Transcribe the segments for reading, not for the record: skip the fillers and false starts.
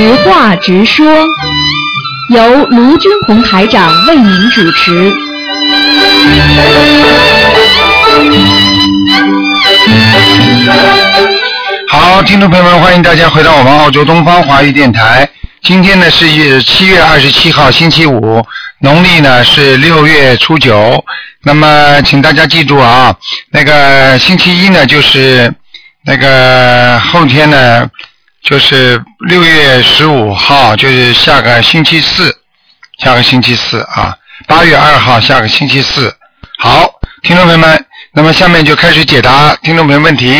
直话直说，由卢军红台长为您主持。 好，听众朋友们，欢迎大家回到我们澳洲东方华语电台。今天呢是7月27号星期五，农历呢是6月初9。那么请大家记住啊，那个星期一呢就是那个后天呢就是6月15号，就是下个星期四啊，8月2号下个星期四。好，听众朋友们，那么下面就开始解答听众朋友问题。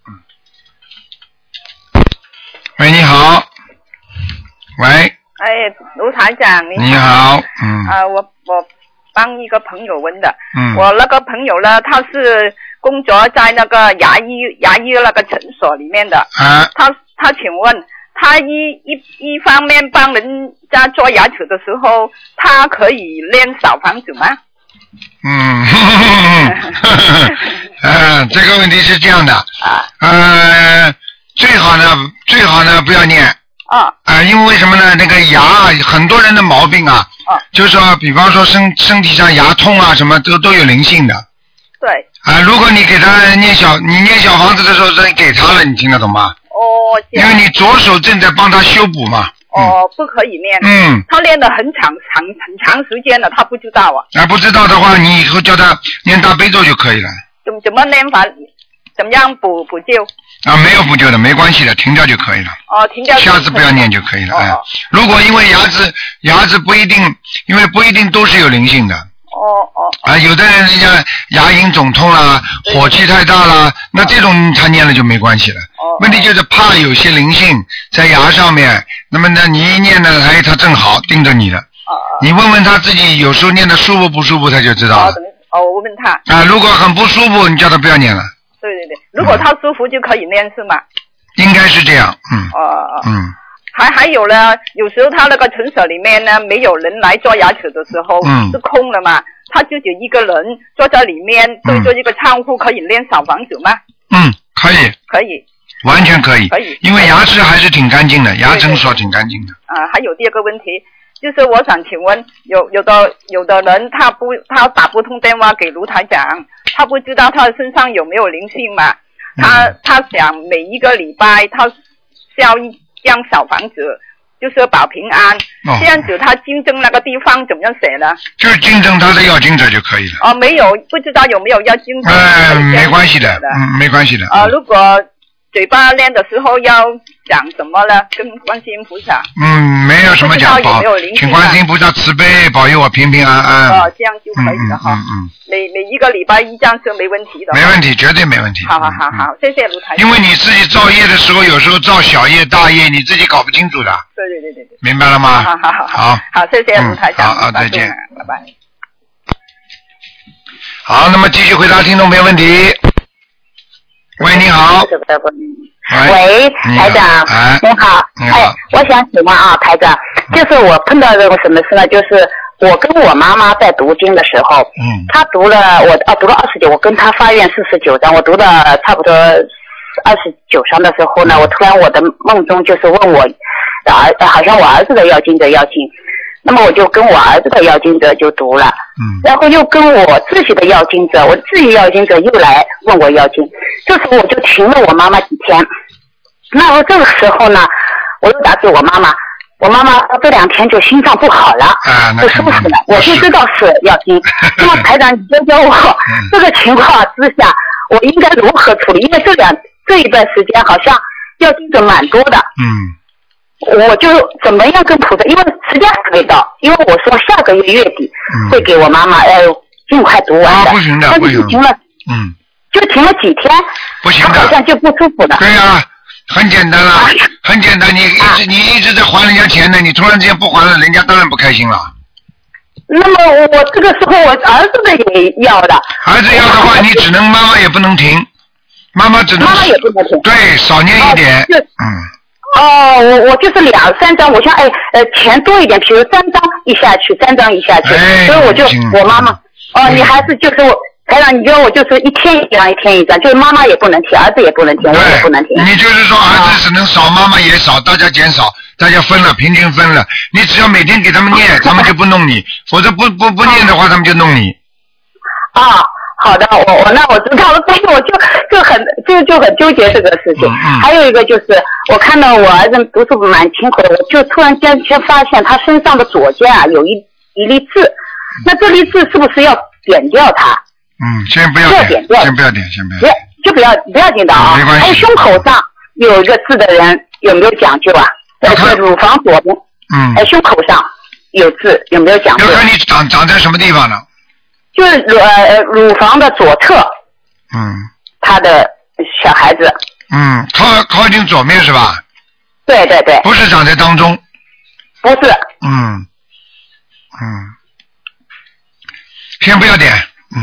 喂，你好。喂。 哎，卢台长， 你好。 我帮一个朋友问的。我那个朋友呢，他是工作在那个牙医那个诊所里面的。他请问，他一方面帮人家做牙齿的时候，他可以练小房子吗？ 这个问题是这样的。最好呢不要念。因为什么呢？那个牙很多人的毛病啊，就是说，比方说身体上牙痛啊，什么都有灵性的。对。如果你给他念小房子的时候，你给他了，你听得懂吗？因为你左手正在帮他修补嘛。 不可以念。他练得很长时间了，他不知道啊。 不知道的话，你以后叫他念大悲咒就可以了。 怎么念法？怎么样补救？ 没有补救的，没关系的，停掉就可以了。停掉。下次不要念就可以了。如果因为牙齿不一定都是有灵性的。有的人家牙龈肿痛啦，火气太大啦，那这种他念了就没关系了。问题就是怕有些灵性在牙上面，那么呢你一念呢，他正好盯着你了。你问问他自己有时候念的舒服不舒服，他就知道了。 我问他。 如果很不舒服，你叫他不要念了。 对，如果他舒服就可以念是吗？ 应该是这样。 还有呢，有时候他那个诊所里面呢没有人来做牙齿的时候，是空了嘛，他就只一个人坐在里面对着一个窗户，可以练小房子吗？ 可以，完全可以，因为牙齿还是挺干净的，牙诊所挺干净的。 还有第二个问题，就是我想请问，有的人他打不通电话给卢台长，他不知道他身上有没有灵性嘛？他想每一个礼拜他烧一张小房子，就是保平安。这样子他经证那个地方怎么样写呢？ 就是经证他的要经者就可以了。 没有，不知道有没有要经证。 没关系的，没关系的。 如果嘴巴练的时候要讲什么呢？跟观世音菩萨。 没有什么讲，请观世音菩萨慈悲保佑我平平安安。 这样就可以了哈。每一个礼拜一张是没问题的。 没问题，绝对没问题。 好，谢谢卢台长。 因为你自己造业的时候，有时候造小业大业，你自己搞不清楚的。 对。 明白了吗？ 好，谢谢卢台长。 好，再见。 拜拜。 好，那么继续回答听众朋友问题。喂，你好。 喂，台长，你好。我想请问啊，台长，就是我碰到这个什么事呢？就是我跟我妈妈在读经的时候，她读了29，我跟她发愿49章，我读了差不多29章的时候呢，我突然我的梦中就是问我，好像我儿子的要经者要经。那么我就跟我儿子的要经者就读了，然后又跟我自己的要经者，我自己要经者又来问我要经，这时候我就停了我妈妈几天。那么这个时候呢，我又打给我妈妈，我妈妈这2天就心脏不好了，不舒服了，我就知道是要经。那么台长，你教教我这个情况之下，我应该如何处理？因为这一段时间好像要经者蛮多的。我就怎么样跟菩萨，因为时间还没到，因为我说下个月月底会给我妈妈尽快读完的。不行的，但是停了，就停了几天， 不行的， 好像就不舒服了。 对啊，很简单了，很简单，你一直在还人家钱呢，你突然之间不还了，人家当然不开心了。 那么我这个时候我儿子的也要的。 儿子要的话，你只能妈妈也不能停，妈妈只能妈妈也不能停。 对，少念一点。 我就是2、3张，我想钱多一点，比如3张一下去，3张一下去，所以我就我妈妈你还是就是台长，你觉得我就是一天一张，一天一张，就是妈妈也不能停，儿子也不能停，我也不能停。 你就是说儿子只能少，妈妈也少，大家减少，大家分了，平均分了。你只要每天给他们念，他们就不弄你；否则不念的话，他们就弄你。 啊，好的，我知道了，所以我就很纠结这个事情。还有一个就是，我看到我儿子读书蛮辛苦的，我就突然间发现他身上的左肩啊有一粒痣，那这粒痣是不是要点掉它？ 先不要点，先不要点， 就不要紧的啊。还有胸口上有一个痣的人有没有讲究啊？在乳房左边，胸口上有痣有没有讲究？ 要看你长在什么地方呢？ 就是乳房的左侧。他的小孩子。 靠近左面是吧？ 对对对。 不是长在当中。 不是。 先不要点。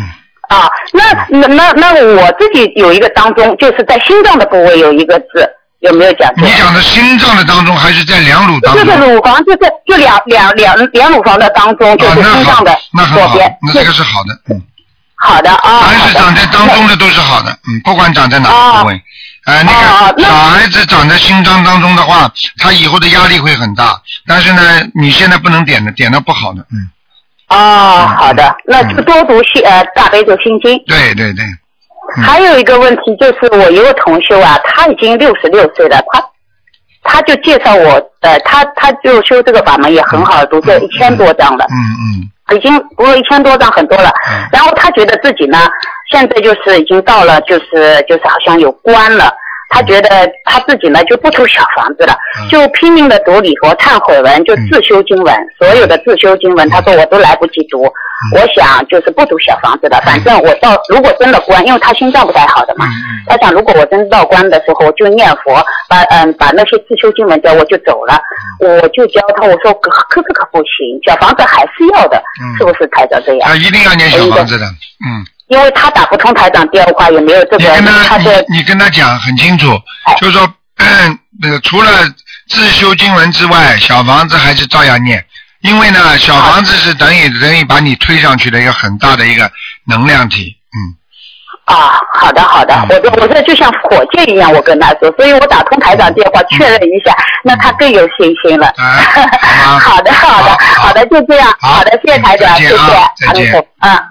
那我自己有一个当中，就是在心脏的部位有一个痣，有没有讲究？ 你讲的心脏的当中还是在两乳当中？ 就是乳房，就两乳房的当中，就是心脏的左边。 那这个是好的。 好的啊。 凡是长在当中的都是好的，不管长在哪个部位。那个小孩子长在心脏当中的话，他以后的压力会很大。但是呢，你现在不能点的，点到不好的。 好的，那就多读大悲咒心经。 对对对。 还有一个问题就是，我有个同修啊，他已经66岁了，他就介绍我，他就修这个法门也很好，读这1000多章了。已经读了1000多章，很多了。然后他觉得自己呢，现在就是已经到了，就是好像有关了。他觉得他自己呢就不读小房子了，就拼命的读礼佛忏悔文，就自修经文，所有的自修经文，他说我都来不及读。我想就是不读小房子了，反正我如果真的关，因为他心脏不太好的嘛，他想如果我真到关的时候，我就念佛，把那些自修经文掉，我就走了。我就教他，我说可不行，小房子还是要的，是不是台长这样？ 一定要念小房子的。 因为他打不通台长电话，也没有这个。 你跟他讲很清楚，就是说，除了自修经文之外，小房子还是照样念，因为呢，小房子是等于把你推上去的一个很大的一个能量体。 好的，我这就像火箭一样，我跟他说，所以我打通台长电话确认一下，那他更有信心了。好的，就这样。好的，谢谢台长，谢谢。 再见。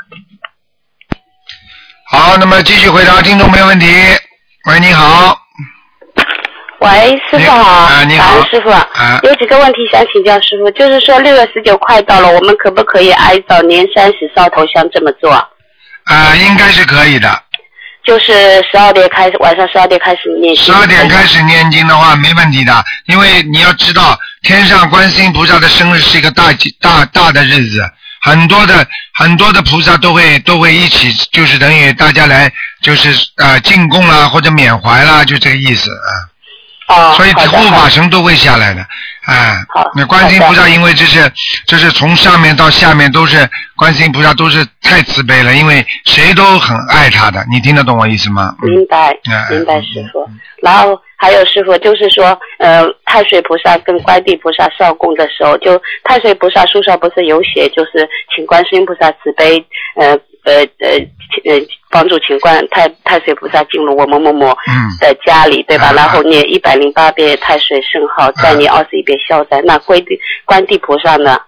好，那么继续回答听众没问题。喂，你好。 喂，师傅好。 你好， 师傅。有几个问题想请教师傅，就是说6月19快到了，我们可不可以挨早年30烧头香这么做？ 应该是可以的。 就是12点开始，晚上12点开始念经。 12点开始念经的话没问题的，因为你要知道，天上观世音菩萨的生日是一个大的日子。很多的菩萨都会一起，就是等于大家来，就是进贡啦或者缅怀啦，就这个意思所以护法神都会下来的。那观世音菩萨因为这是从上面到下面都是观世音菩萨都是太慈悲了，因为谁都很爱他的，你听得懂我意思吗？ 明白师傅。然后还有师傅就是说太岁菩萨跟观地菩萨烧供的时候，就太岁菩萨书上不是有写，就是请观世音菩萨慈悲帮助请太岁菩萨进入我某某某的家里，对吧？然后念108遍太岁圣号，再念21遍消灾。那观地菩萨呢？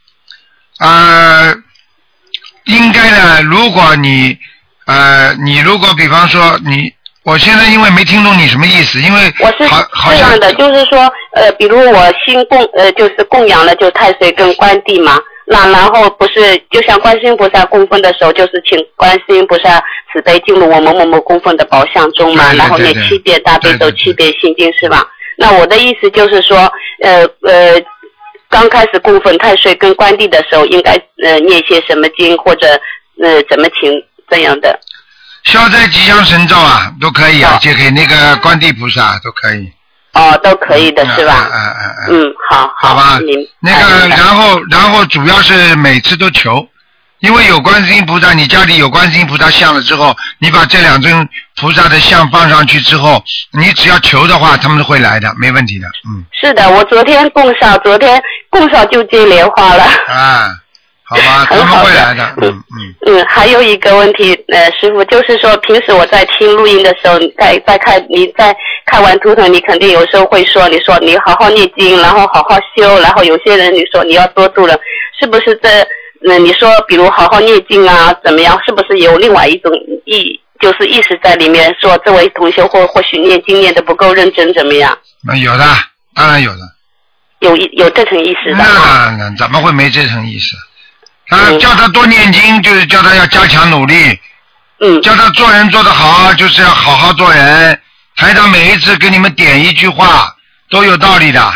应该呢，如果你如果比方说我现在因为没听懂你什么意思，因为我是这样的，就是说比如我就是供养了就太岁跟观地嘛，那然后不是就像观世音菩萨供奉的时候，就是请观世音菩萨慈悲进入我某某某供奉的宝相中嘛，然后念7遍大悲咒7遍心经是吧？那我的意思就是说刚开始供奉太岁跟观地的时候，应该念些什么经，或者怎么请这样的？ 消灾吉祥神咒都可以借给那个观地菩萨都可以。 都可以的是吧？好吧。那个然后主要是每次都求，因为有观世音菩萨，你家里有观世音菩萨像了之后，你把这2尊菩萨的像放上去之后，你只要求的话，他们会来的，没问题的。 是的，我昨天供烧就结莲花了。 好吧，他们会来的。 还有一个问题，师傅，就是说平时我在听录音的时候，你在看完图腾，你肯定有时候会说，你说你好好念经，然后好好修，然后有些人你说你要多度了，是不是你说比如好好念经啊，怎么样？是不是有另外一种就是意识在里面，说这位同学或许念经念得不够认真，怎么样？ 有的，当然有的。 有这层意识的。 那怎么会没这层意识？叫他多念经，就是叫他要加强努力。叫他做人做得好，就是要好好做人。台长每一次给你们点一句话，都有道理的。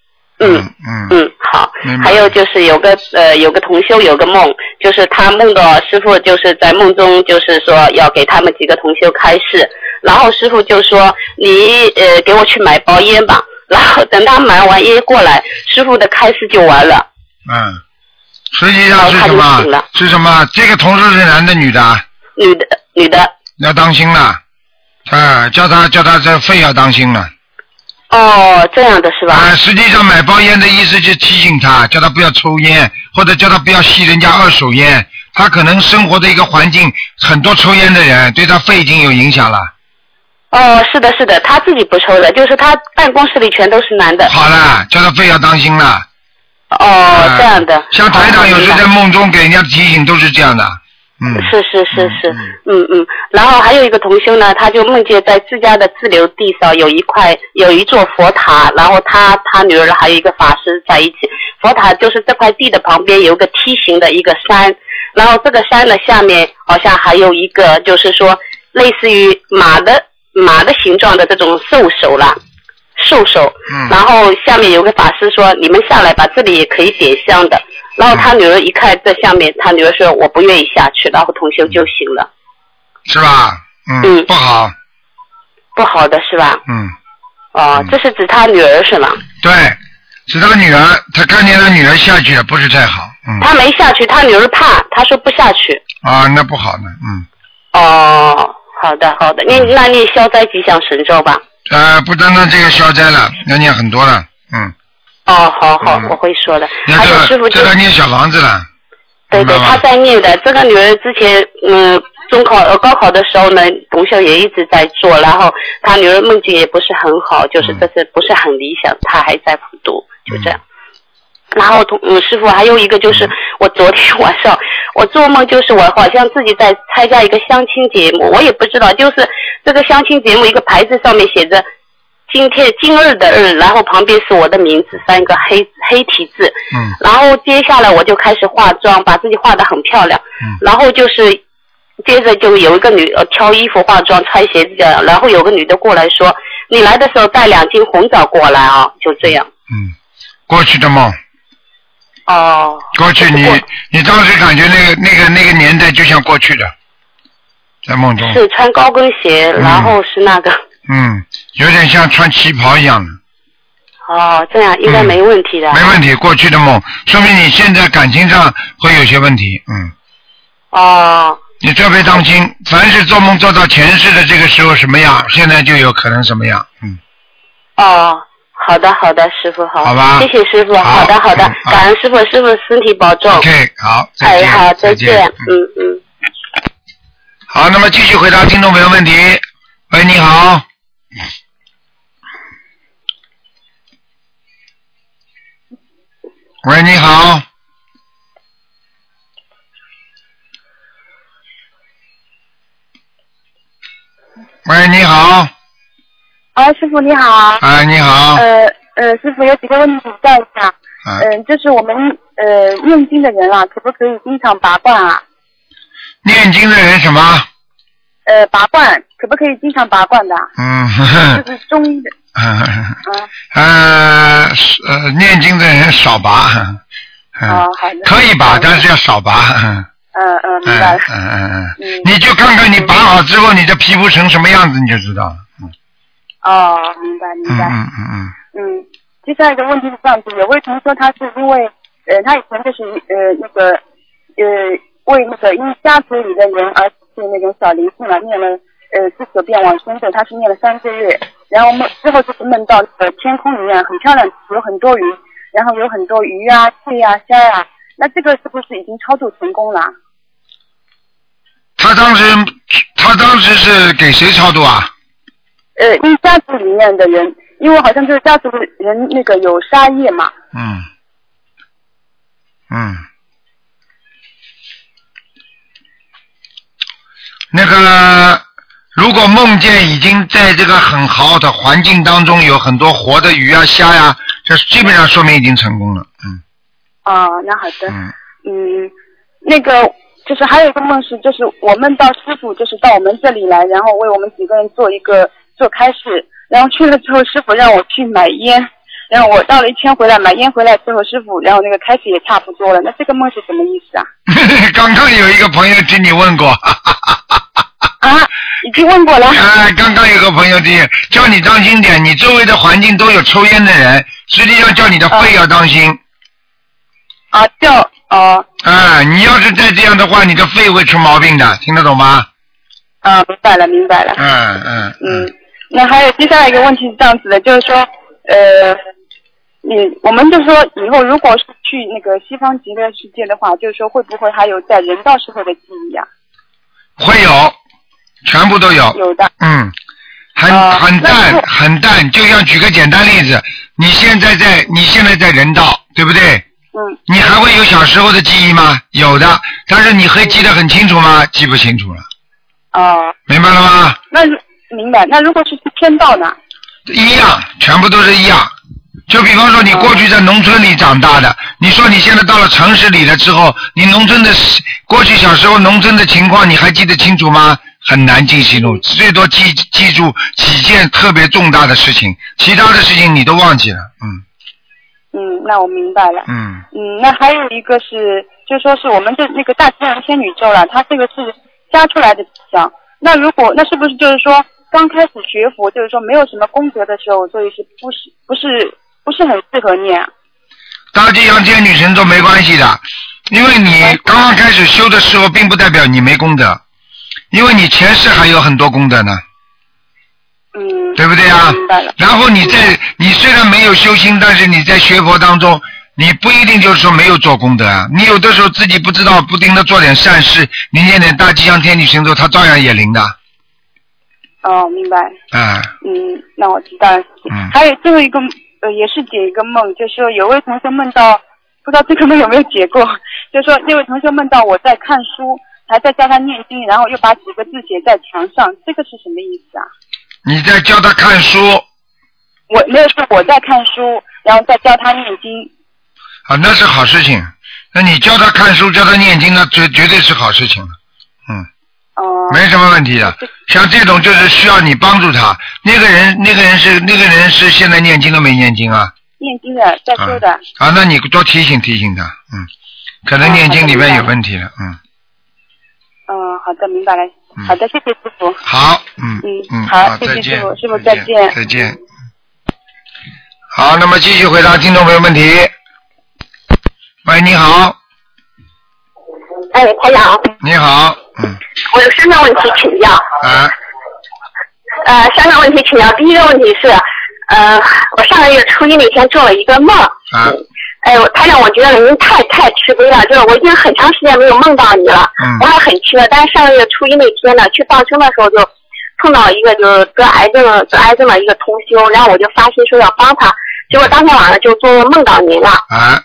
好。还有就是有个同修有个梦，就是他梦到师父就是在梦中就是说要给他们几个同修开示，然后师父就说你给我去买包烟吧，然后等他买完烟过来，师父的开示就完了。 实际上是什么？是什么？这个同事是男的女的？ 女的。 要当心了，叫他这肺要当心了。 这样的是吧？ 实际上买包烟的意思就提醒他，叫他不要抽烟，或者叫他不要吸人家二手烟。他可能生活的一个环境很多抽烟的人，对他肺已经有影响了。 是的，是的，他自己不抽的，就是他办公室里全都是男的。 好了，叫他肺要当心了。 这样的。 像台长有时在梦中给人家提醒都是这样的。 是。然后还有一个同修呢，他就梦见在自家的自留地上有一座佛塔，然后他女儿还有一个法师在一起。佛塔就是这块地的旁边有个梯形的一个山，然后这个山的下面好像还有一个就是说类似于马的形状的这种兽首。然后下面有个法师说你们下来吧，这里也可以点香的。然后他女儿一看这下面，他女儿说我不愿意下去，然后同修就醒了。 是吧？不好。 不好的是吧？这是指他女儿是吗？ 对，是他女儿，他看见他女儿下去了，不是太好。 他没下去，他女儿怕，他说不下去。 那不好呢。 好的，那念消灾吉祥神咒吧。 不单单这个消灾了，要念很多了。 好，我会说的。还有师傅这个念小房子了。 对，他在念的。这个女儿之前高考的时候呢，同修也一直在做，然后他女儿梦境也不是很好，就是这是不是很理想，他还在普读，就这样。然后师傅还有一个就是我昨天晚上我做梦，就是我好像自己在参加一个相亲节目，我也不知道，就是这个相亲节目一个牌子上面写着今日的日，然后旁边是我的名字3个黑体字。然后接下来我就开始化妆，把自己化得很漂亮。然后就是接着就有一个挑衣服化妆穿鞋子这样，然后有个女的过来说你来的时候带2斤红枣过来啊，就这样。 过去的梦。过去你当时感觉那个年代就像过去的，在梦中是穿高跟鞋，然后是那个有点像穿旗袍一样的。 这样应该没问题的。 没问题，过去的梦说明你现在感情上会有些问题。你特别当心，凡是做梦做到前世的这个时候什么样，现在就有可能什么样。 好的，师傅好。 好吧， 谢谢师傅。好的，感恩师傅，师傅身体保重。 OK， 好，再见。 好，再见。 好，那么继续回答听众朋友问题。喂，你好。喂，你好。喂，你好。 师傅你好。 你好。 师傅有几个问题请教一下。就是我们念经的人啊，可不可以经常拔罐啊？ 念经的人什么？ 拔罐可不可以经常拔罐的？就是中医的。 念经的人少拔。 好的。 可以拔，但是要少拔。 明白了。 你就看看你拔好之后，你的皮肤成什么样子，你就知道了。 明白。接下来一个问题是这样子，有位同学他是因为他以前就是为那个因家族里的人而是那种小灵性了，念了49遍往生咒，他是念了3个月，然后之后就是梦到天空里面很漂亮，有很多云，然后有很多鱼啊、蟹啊、虾啊， 那这个是不是已经超度成功了？ 他当时是给谁超度啊？ 因为家族里面的人，因为好像就是家族人那个有杀业嘛。 那个如果梦见已经在这个很好的环境当中有很多活的鱼啊虾呀，这基本上说明已经成功了。 那好的。那个就是还有一个梦是，就是我梦到师傅就是到我们这里来，然后为我们几个人做开示，然后去了之后师傅让我去买烟，然后我绕了一圈回来买烟回来之后师傅然后那个开始也差不多了，那这个梦是什么意思啊？ 刚刚有一个朋友听你问过。 已经问过了。 刚刚有个朋友叫你当心点，你周围的环境都有抽烟的人，实际上叫你的肺要当心。你要是再这样的话，你的肺会出毛病的，听得懂吗？ 明白了。那还有接下来一个问题是这样子的，就是说我们就说以后如果是去那个西方极乐世界的话，就是说会不会还有在人道时候的记忆啊？ 会有，全部都有。 有的。 很淡，就像举个简单例子，你现在在人道，对不对？你还会有小时候的记忆吗？有的，但是你会记得很清楚吗？记不清楚了。明白了吗？ 明白。那如果是天道呢？ 一样，全部都是一样。就比方说你过去在农村里长大的，你说你现在到了城市里了之后，你农村的过去小时候农村的情况你还记得清楚吗？很难记清楚，最多记住几件特别重大的事情，其他的事情你都忘记了。 那我明白了。那还有一个是，就说是我们的那个大自然仙女咒了，它这个是加出来的讲。那是不是就是说刚开始学佛，就是说没有什么功德的时候，所以是不是很适合念啊？ 大吉祥天女神咒没关系的，因为你刚刚开始修的时候，并不代表你没功德，因为你前世还有很多功德呢。对不对啊？ 明白了。 然后你虽然没有修心，但是你在学佛当中，你不一定就是说没有做功德啊。你有的时候自己不知道，不停的做点善事，你念点大吉祥天女神咒，它照样也灵的。 明白。那我知道了。还有最后一个也是解一个梦，就是说有位同学梦到，不知道这个梦有没有解过，就是说那位同学梦到我在看书，还在教他念经，然后又把几个字写在墙上，这个是什么意思啊？ 你在教他看书？ 我在看书，然后再教他念经。 那是好事情。那你教他看书，教他念经，那绝对是好事情了。没什么问题的。像这种就是需要你帮助他。那个人是现在念经都没念经啊？ 念经的，在修的。 那你多提醒他。可能念经里面有问题了。 好的，明白了。好的，谢谢师傅。 好， 好，谢谢师傅，师傅再见。 再见。好，那么继续回答听众朋友问题。喂，你好。 台长。 你好。 我有3个问题请教。3个问题请教。第一个问题是，我上个月初一那天做了一个梦。台长，我觉得您太慈悲了，就是我已经很长时间没有梦到你了，我还很奇怪。但是上个月初一那天呢，去放生的时候就碰到一个就是得癌症的一个同修，然后我就发心说要帮他，结果当天晚上就做梦梦到您了。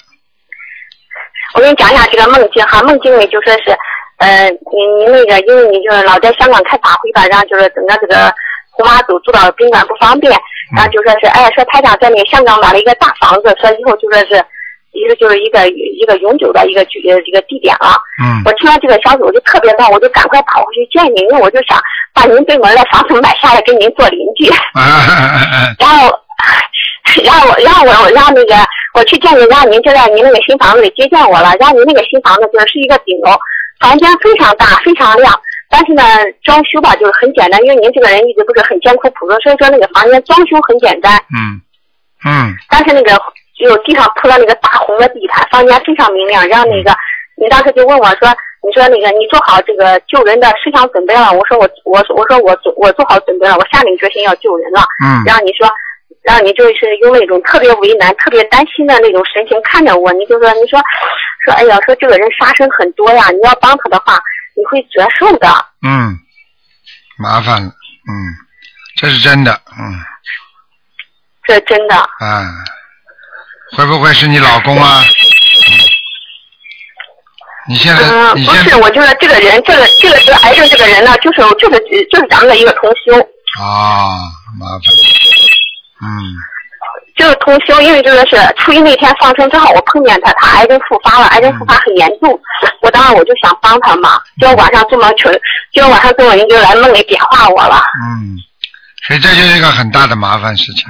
我给你讲一下这个梦境哈，梦境里就说是，您那个因为你就是老在香港开法会吧，然后就是整个这个红妈祖住到宾馆不方便，然后就说是说台长在那个香港买了一个大房子，说以后就说是。就是一个永久的一个地点了。我听到这个消息我就特别棒，我就赶快跑回去见您，因为我就想把您对门的房子买下来跟您做邻居。然后那个我去见您，然后您就在您那个新房子里接见我了。然后您那个新房子就是一个顶楼，房间非常大非常亮，但是呢装修吧就是很简单，因为您这个人一直不是很艰苦朴素，所以说那个房间装修很简单。但是那个就地上铺了那个大红的地毯，房间非常明亮。然后那个你当时就问我说，你说那个你做好这个救人的思想准备了？我说我做好准备了，我下定决心要救人了。然后你说让你就是用那种特别为难、特别担心的那种神情看着我，你就说哎呀，说这个人杀生很多呀，你要帮他的话，你会折寿的。 麻烦了，这是真的， 这是真的。 会不会是你老公啊？你现在不是，我觉得这个人，这个癌症这个人呢，就是咱们的一个同修。 麻烦了。 就是同修，因为这个是初一那天放生，正好我碰见他癌症复发了，癌症复发很严重，我当然我就想帮他嘛。今天晚上这么您就来梦里点化我了。 所以这就是一个很大的麻烦事情。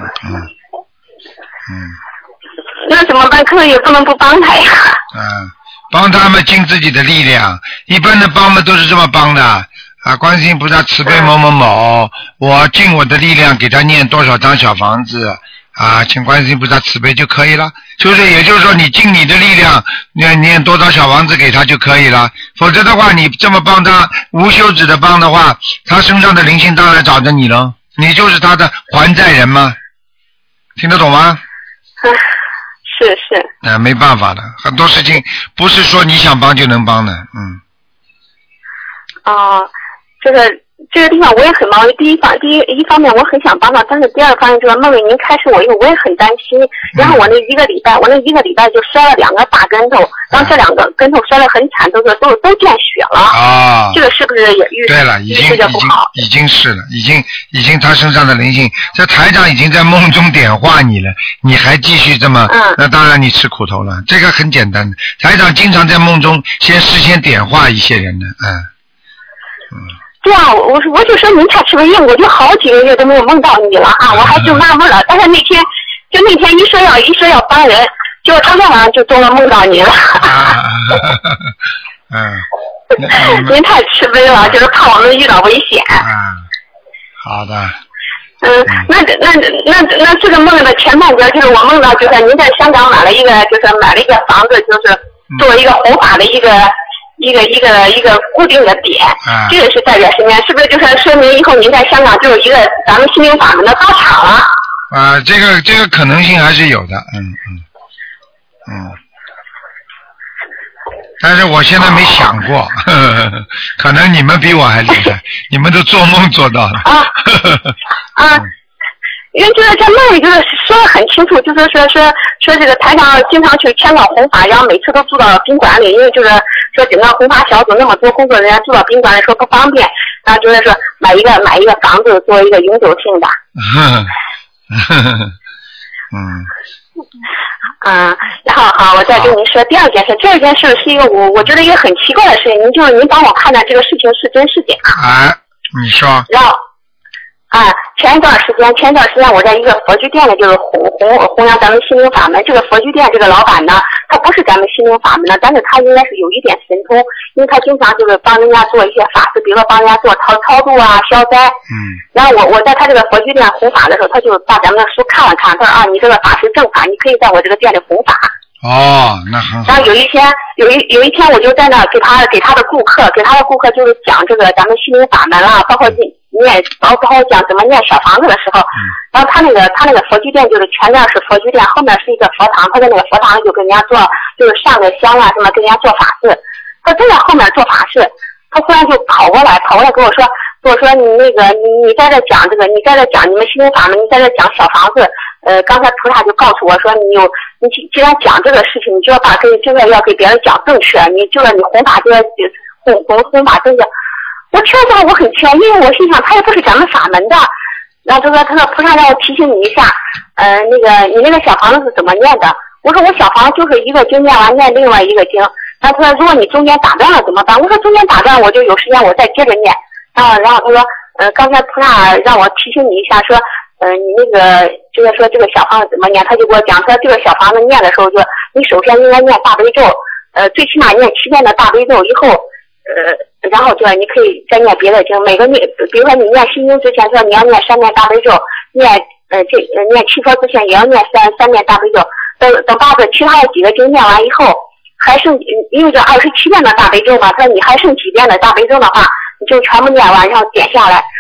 那怎么办？可是也不能不帮他呀。 帮他们尽自己的力量，一般的帮们都是这么帮的观世音菩萨慈悲某某某，我尽我的力量给他念多少张小房子请观世音菩萨慈悲就可以了，也就是说你尽你的力量念多少小房子给他就可以了，否则的话你这么帮他无休止的帮的话，他身上的灵性当然找着你了，你就是他的还债人吗？听得懂吗？ 是没办法的，很多事情不是说你想帮就能帮的。 这个地方我也很忙，第一方面我很想帮他，但是第二方面就是梦里您开始我以后我也很担心，然后我那一个礼拜就摔了2个大跟头，然后这2个跟头摔得很惨，都见血了。这个是不是也预示着不好？ 已经是了，已经他身上的灵性，这台长已经在梦中点化你了，你还继续这么那当然你吃苦头了。这个很简单的，台长经常在梦中事先点化一些人的。 对啊，我就说您太慈悲，因为我就好几个月都没有梦到你了我还就纳闷了。但是那天一说要帮人，结果当天晚上就做了梦到你了。您太慈悲了，就是怕我们遇到危险。 好的。 那这个梦的前半截就是我梦到就是您在香港买了一个房子，就是作为一个弘法的一个固定的点，这个是代表什么？是不是就是说明以后您在香港就有一个咱们心灵法门的道场了？ 这个可能性还是有的，但是我现在没想过，可能你们比我还厉害，你们都做梦做到了。 因为就是在梦里就是说得很清楚，就是说这个台长经常去香港弘法，然后每次都住到宾馆里，因为就是说整个弘法小组那么多工作人员住到宾馆里说不方便，然后就是说买一个房子作为一个永久性的。然后好，我再跟您说第二件事。第二件事是一个我觉得一个很奇怪的事情，您帮我看看这个事情是真是假。 你说。 然后前一段时间我在一个佛具店呢，就是弘扬咱们心灵法门。这个佛具店这个老板呢，他不是咱们心灵法门的，但是他应该是有一点神通，因为他经常就是帮人家做一些法事，比如说帮人家做超度消灾。然后我在他这个佛具店弘法的时候，他就把咱们的书看了看，他说你这个法是正法，你可以在我这个店里弘法。 那很好。 然后有一天我就在那给他的顾客就是讲这个咱们心灵法门了，包括讲怎么念小房子的时候，然后他那个佛具店就是前面是佛具店，后面是一个佛堂，他在那个佛堂里就跟人家做，就是上个香什么跟人家做法事。他正在后面做法事，他忽然就跑过来跟我说你在这讲这个，你在这讲你们心灵法门，你在这讲小房子。刚才菩萨就告诉我说，你既然讲这个事情，你就要把这个要给别人讲正确，你弘法就要弘法正确。我听到我很气，因为我心想他也不是咱们法门的。然后他说菩萨让我提醒你一下，你那个小房子是怎么念的？我说我小房子就是一个经念完念另外一个经。然后他说如果你中间打断了怎么办？我说中间打断我就有时间我再接着念。然后他说刚才菩萨让我提醒你一下，说你就是说这个小房子怎么念？他就给我讲说这个小房子念的时候，就你首先应该念大悲咒，最起码念7遍的大悲咒以后，然后你可以再念别的经。每个比如说你念心经之前说你要念3遍大悲咒，念七佛之前也要念三遍大悲咒。等把其他的几个经念完以后，还剩因为这27遍的大悲咒嘛，他说你还剩几遍的大悲咒的话，你就全部念完，然后点下来，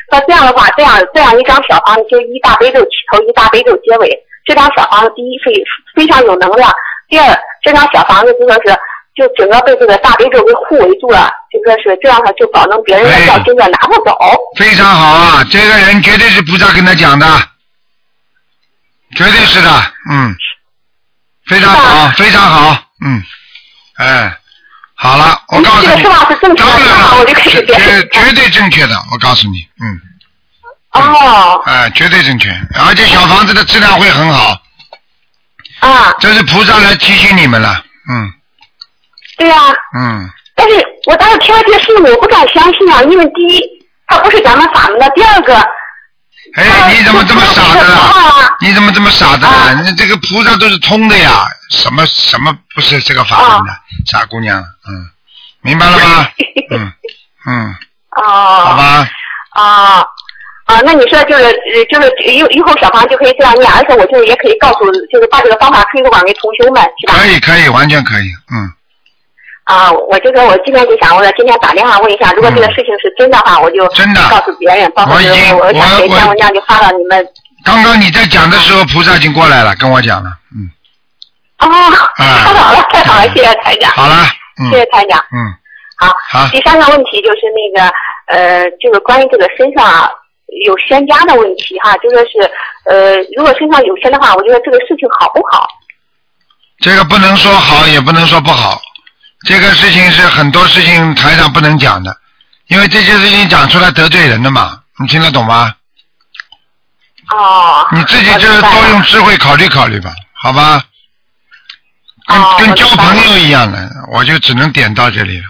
那这样的话，这样一张小房子就一大悲咒起头，一大悲咒结尾。这张小房子第一非常有能量，第二这张小房子就说是就整个被这个大悲咒给护围住了，就说是这样就保证别人的要经者拿不走。 非常好啊，这个人绝对是菩萨跟他讲的，绝对是的，非常好，非常好，好了，我告诉你， 这个是吧？是正确的，我就可以绝对正确的，我告诉你，绝对正确，而且小房子的质量会很好。这是菩萨来提醒你们了， 对呀。但是我当时听了这个事情，我不敢相信啊，因为第一，他不是咱们法门的；第二个， 你怎么这么傻的呢？你怎么这么傻的呢？你这个菩萨都是通的呀，什么不是这个法门的？傻姑娘，明白了吗？好吧。 那你说就是以后小房就可以这样念，而且我就是也可以告诉，就是把这个方法推广给同修们，是吧？ 可以，完全可以， 我就说我今天就想，我今天打电话问一下，如果这个事情是真的话，我就真的告诉别人，包括我想给篇文章就发到你们。 刚刚你在讲的时候，菩萨已经过来了，跟我讲了， 太好了，太好了，谢谢台长。 好了， 谢谢台长。好。第三个问题就是那个就是关于这个身上有仙家的问题哈，就说是如果身上有仙的话，我觉得这个事情好不好？ 这个不能说好，也不能说不好。这个事情是很多事情台上不能讲的，因为这些事情讲出来得罪人的嘛，你听得懂吗？你自己就是多用智慧考虑考虑吧，好吧？跟交朋友一样的，我就只能点到这里了，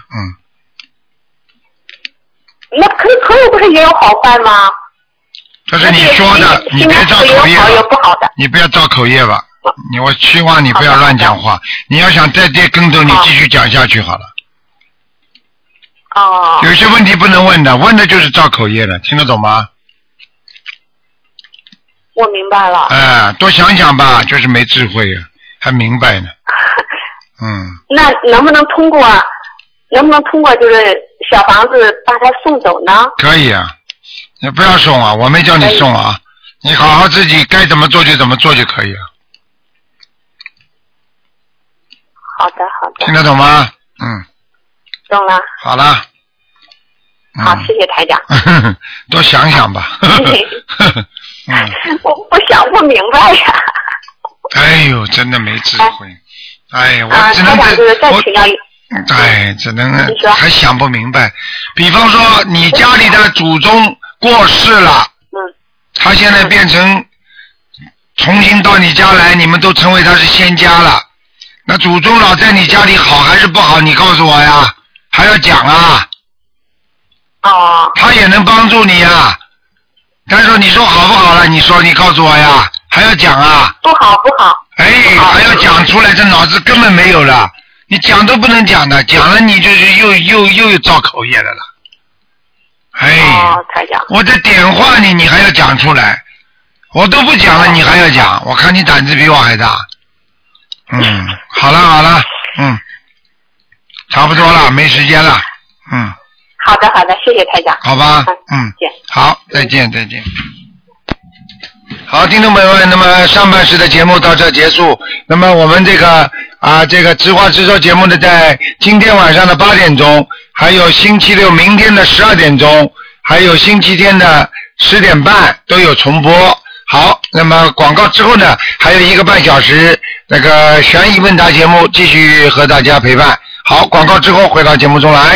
那可是朋友不是也有好坏吗？ 这是你说的，你别造口业吧，你不要造口业吧。我希望你不要乱讲话，你要想再跌跟头，你继续讲下去好了。有些问题不能问的，问的就是造口业了，听得懂吗？ 我明白了。 多想想吧，就是没智慧啊，还明白呢。 那能不能通过就是小房子把它送走呢？ 可以啊，你不要送啊，我没叫你送啊，你好好自己该怎么做就怎么做就可以了。 好的。 听得懂吗？ 懂了。 好了。 好，谢谢台长。 多想想吧。 我不想不明白呀。 哎呦，真的没智慧。我只能只能还想不明白。比方说，你家里的祖宗过世了，他现在变成重新到你家来，你们都称为他是仙家了。那祖宗老在你家里好还是不好？你告诉我呀，还要讲啊。他也能帮助你呀，但是你说好不好了？你告诉我呀，还要讲啊？ 不好。 还要讲出来，这脑子根本没有了。你讲都不能讲的，讲了你就是又造口业的了。 台长， 我在点化你，你还要讲出来，我都不讲了，你还要讲，我看你胆子比我还大。好了，差不多了，没时间了。 好的，谢谢台长。 好吧，好，再见。好，听众朋友们，那么上半时的节目到这结束。那么我们这个直话直说节目呢，在今天晚上的8点钟，还有星期六明天的12点钟，还有星期天的10点半都有重播。好，那么广告之后呢，还有1个半小时那个悬疑问答节目继续和大家陪伴。好，广告之后回到节目中来。